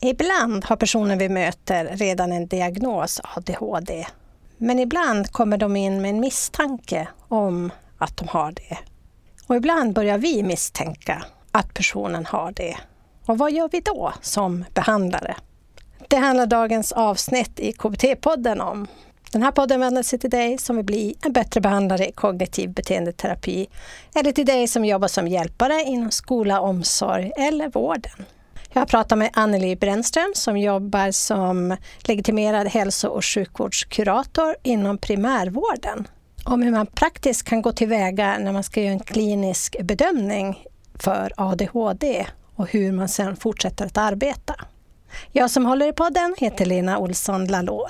Ibland har personer vi möter redan en diagnos ADHD. Men ibland kommer de in med en misstanke om att de har det. Och ibland börjar vi misstänka att personen har det. Och vad gör vi då som behandlare? Det handlar dagens avsnitt i KBT-podden om. Den här podden vänder sig till dig som vill bli en bättre behandlare i kognitiv beteendeterapi eller till dig som jobbar som hjälpare inom skola, omsorg eller vården. Jag pratar med Anneli Brännström som jobbar som legitimerad hälso- och sjukvårdskurator inom primärvården. Om hur man praktiskt kan gå tillväga när man ska göra en klinisk bedömning för ADHD och hur man sedan fortsätter att arbeta. Jag som håller i podden heter Lena Olsson Lalor.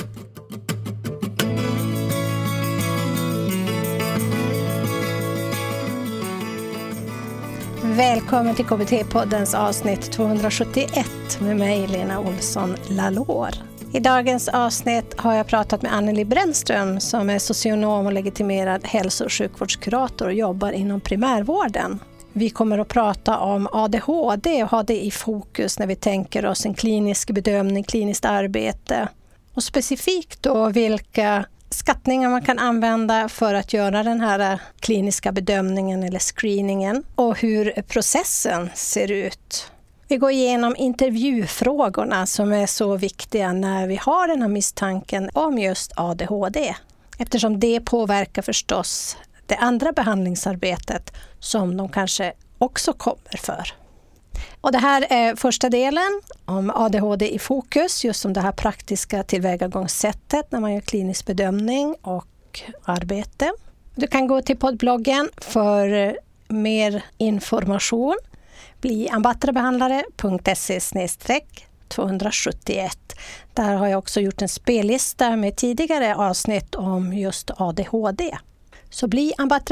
Välkommen till KBT-poddens avsnitt 271 med mig Lena Olsson Lalor. I dagens avsnitt har jag pratat med Anneli Brännström som är socionom och legitimerad hälso- och sjukvårdskurator och jobbar inom primärvården. Vi kommer att prata om ADHD och ha det i fokus när vi tänker oss en klinisk bedömning, kliniskt arbete. Och specifikt då vilka skattningar man kan använda för att göra den här kliniska bedömningen eller screeningen och hur processen ser ut. Vi går igenom intervjufrågorna som är så viktiga när vi har den här misstanken om just ADHD. Eftersom det påverkar förstås det andra behandlingsarbetet som de kanske också kommer för. Och det här är första delen om ADHD i fokus, just som det här praktiska tillvägagångssättet när man gör klinisk bedömning och arbete. Du kan gå till poddbloggen för mer information. Bli ambatrabehandlare.se/271. Där har jag också gjort en spellista med tidigare avsnitt om just ADHD. Så bli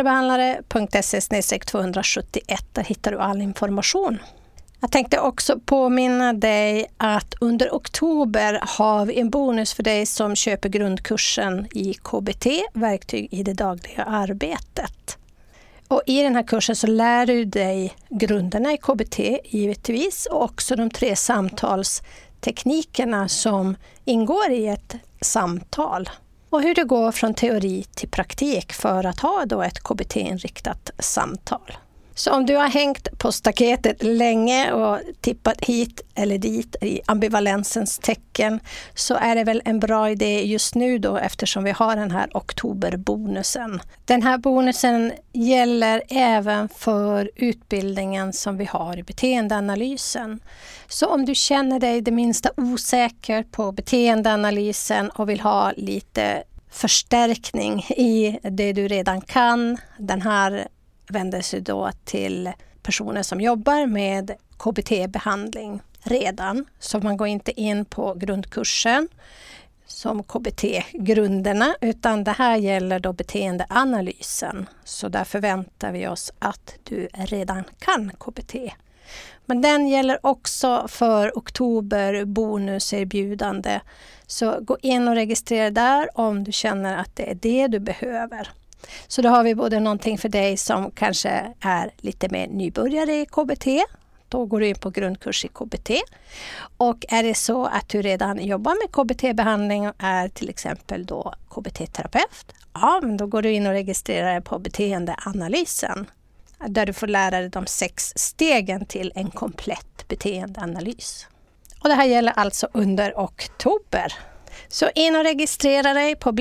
ambatrabehandlare.se/271. Där hittar du all information. Jag tänkte också påminna dig att under oktober har vi en bonus för dig som köper grundkursen i KBT, verktyg i det dagliga arbetet. Och i den här kursen så lär du dig grunderna i KBT givetvis och också de 3 samtalsteknikerna som ingår i ett samtal. Och hur det går från teori till praktik för att ha då ett KBT-inriktat samtal. Så om du har hängt på staketet länge och tippat hit eller dit i ambivalensens tecken så är det väl en bra idé just nu då eftersom vi har den här oktoberbonusen. Den här bonusen gäller även för utbildningen som vi har i beteendeanalysen. Så om du känner dig det minsta osäker på beteendeanalysen och vill ha lite förstärkning i det du redan kan, den här vänder sig då till personer som jobbar med KBT-behandling redan. Så man går inte in på grundkursen som KBT-grunderna utan det här gäller då beteendeanalysen. Så där förväntar vi oss att du redan kan KBT. Men den gäller också för oktober bonuserbjudande. Så gå in och registrera där om du känner att det är det du behöver. Så då har vi både någonting för dig som kanske är lite mer nybörjare i KBT. Då går du in på grundkurs i KBT. Och är det så att du redan jobbar med KBT-behandling och är till exempel då KBT-terapeut. Ja, men då går du in och registrerar dig på beteendeanalysen. Där du får lära dig de 6 stegen till en komplett beteendeanalys. Och det här gäller alltså under oktober. Så in och registrera dig på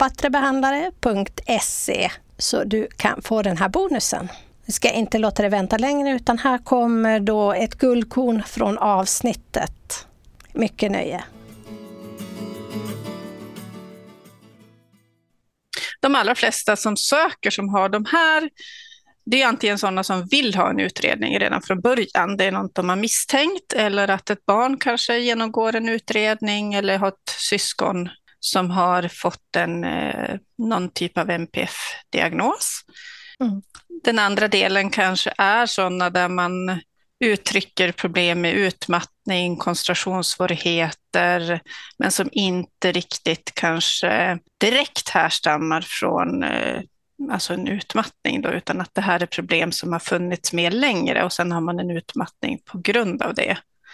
bliambatrabehandlare.se så du kan få den här bonusen. Du ska inte låta dig vänta längre utan här kommer då ett guldkorn från avsnittet. Mycket nöje. De allra flesta som söker som har de här, det är antingen sådana som vill ha en utredning redan från början. Det är något de har misstänkt eller att ett barn kanske genomgår en utredning eller har ett syskon som har fått någon typ av NPF-diagnos. Den andra delen kanske är sådana där man uttrycker problem med utmattning, koncentrationssvårigheter men som inte riktigt kanske direkt härstammar från alltså en utmattning då, utan att det här är problem som har funnits med längre och sen har man en utmattning på grund av det.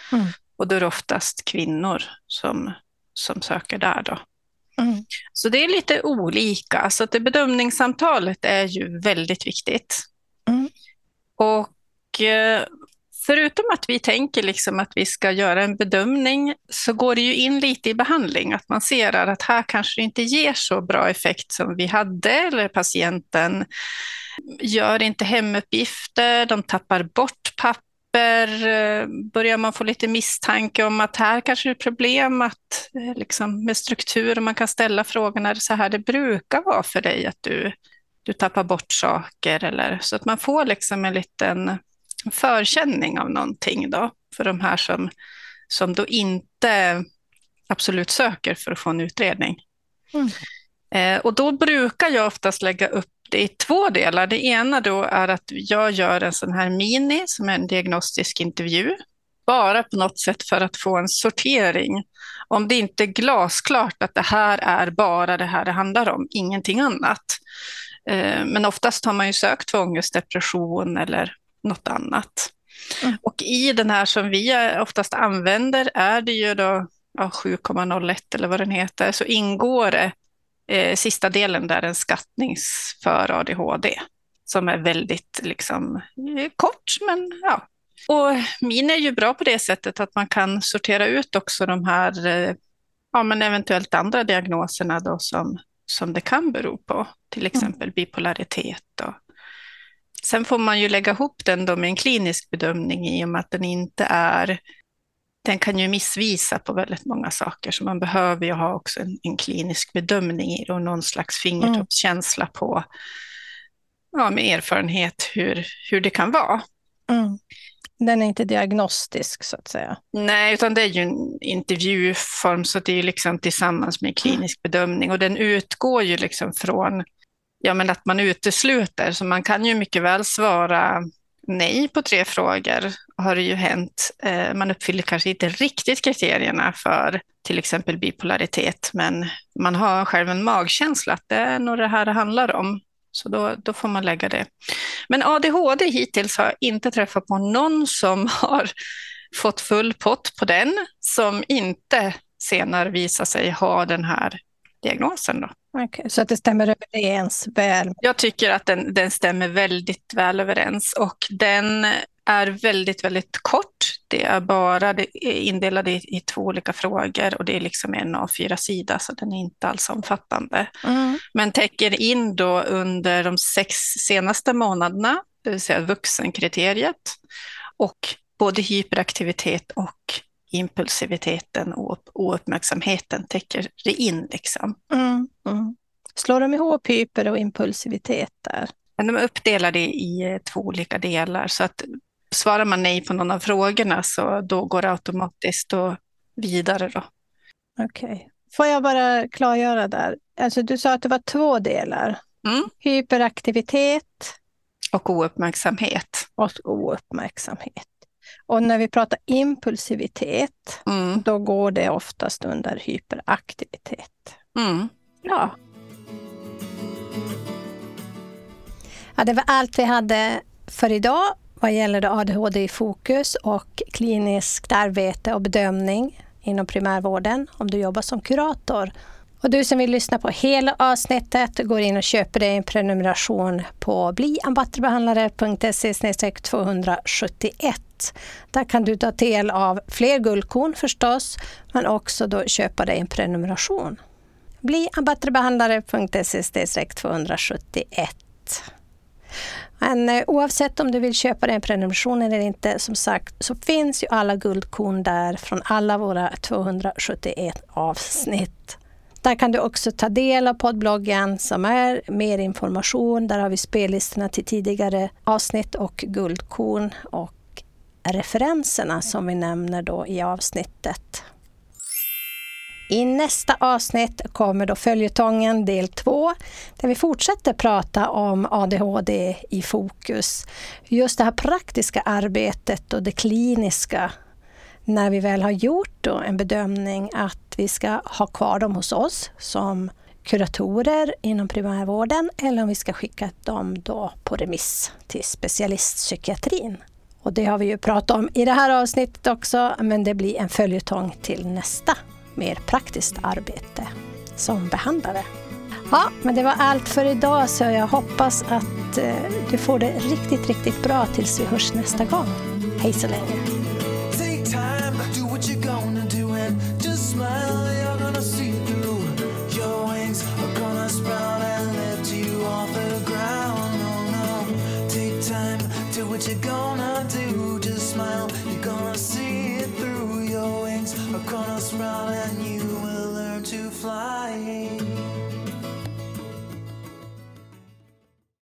Och då är det oftast kvinnor som söker där då. Så det är lite olika. Så att det bedömningssamtalet är ju väldigt viktigt. Och förutom att vi tänker liksom att vi ska göra en bedömning, så går det ju in lite i behandling. Att man ser att här kanske det inte ger så bra effekt som vi hade, eller patienten gör inte hemuppgifter, de tappar bort papper. Börjar man få lite misstanke om att här kanske är ett problem att, liksom, med struktur, och man kan ställa frågorna, är det så här det brukar vara för dig att du tappar bort saker, eller så att man får liksom en liten förkänning av någonting då, för de här som då inte absolut söker för att få en utredning. Och då brukar jag oftast lägga upp det i 2 delar. Det ena då är att jag gör en sån här mini som är en diagnostisk intervju, bara på något sätt för att få en sortering. Om det inte är glasklart att det här är bara det här det handlar om, ingenting annat. Men oftast har man ju sökt för ångest, depression eller något annat. Och i den här som vi oftast använder är det ju då 7,01 eller vad den heter, så ingår det sista delen där, en skattning för ADHD som är väldigt liksom kort, men ja. Och min är ju bra på det sättet att man kan sortera ut också de här men eventuellt andra diagnoserna då som det kan bero på, till exempel bipolaritet. Sen får man ju lägga ihop den då med en klinisk bedömning, i och med att den kan ju missvisa på väldigt många saker, så man behöver ju ha också en klinisk bedömning i det och någon slags fingertoppskänsla på, med erfarenhet hur det kan vara. Den är inte diagnostisk så att säga. Nej, utan det är ju en intervjuform, så det är ju liksom tillsammans med klinisk bedömning, och den utgår ju liksom från att man utesluter, så man kan ju mycket väl svara nej på 3 frågor, har det ju hänt. Man uppfyller kanske inte riktigt kriterierna för till exempel bipolaritet, men man har själv en magkänsla att det är nog det här det handlar om. Så då får man lägga det. Men ADHD hittills har jag inte träffat på någon som har fått full pott på den, som inte senare visar sig ha den här diagnosen då. Okay, så att det stämmer överens väl? Jag tycker att den stämmer väldigt väl överens, och den är väldigt, väldigt kort. Det är indelad i 2 olika frågor, och det är liksom en A4-sida, så den är inte alls omfattande. Men täcker in då under de 6 senaste månaderna, det vill säga vuxenkriteriet, och både hyperaktivitet och impulsiviteten och ouppmärksamheten täcker det in liksom. Slår de ihop hyper och impulsivitet där? De är uppdelade i 2 olika delar, så att svarar man nej på någon av frågorna, så då går det automatiskt och vidare då. Okej. Får jag bara klargöra där? Alltså du sa att det var 2 delar. Hyperaktivitet och ouppmärksamhet. Och när vi pratar impulsivitet, då går det oftast under hyperaktivitet. Ja, det var allt vi hade för idag vad gäller ADHD i fokus och kliniskt arbete och bedömning inom primärvården om du jobbar som kurator. Och du som vill lyssna på hela avsnittet går in och köper dig en prenumeration på bliambatterbehandlare.se/271. Där kan du ta del av fler guldkorn förstås, men också då köpa dig en prenumeration. bliambatterbehandlare.se/271. Men oavsett om du vill köpa dig en prenumeration eller inte, som sagt, så finns ju alla guldkorn där från alla våra 271 avsnitt. Där kan du också ta del av poddbloggen som är mer information. Där har vi spellistorna till tidigare avsnitt och guldkorn och referenserna som vi nämner då i avsnittet. I nästa avsnitt kommer då följetongen del 2 där vi fortsätter prata om ADHD i fokus. Just det här praktiska arbetet och det kliniska när vi väl har gjort då en bedömning att vi ska ha kvar dem hos oss som kuratorer inom primärvården eller om vi ska skicka dem då på remiss till specialistpsykiatrin. Och det har vi ju pratat om i det här avsnittet också, men det blir en följetong till nästa mer praktiskt arbete som behandlare. Ja, men det var allt för idag, så jag hoppas att du får det riktigt, riktigt bra tills vi hörs nästa gång. Hej så länge! Take time, do what you're gonna do and just smile, you're gonna see through. Your wings are gonna sprout and lift you off the ground. Oh no, take time, do what you're gonna do, just smile, you're gonna see it through. Your wings are gonna sprout and you will learn to fly.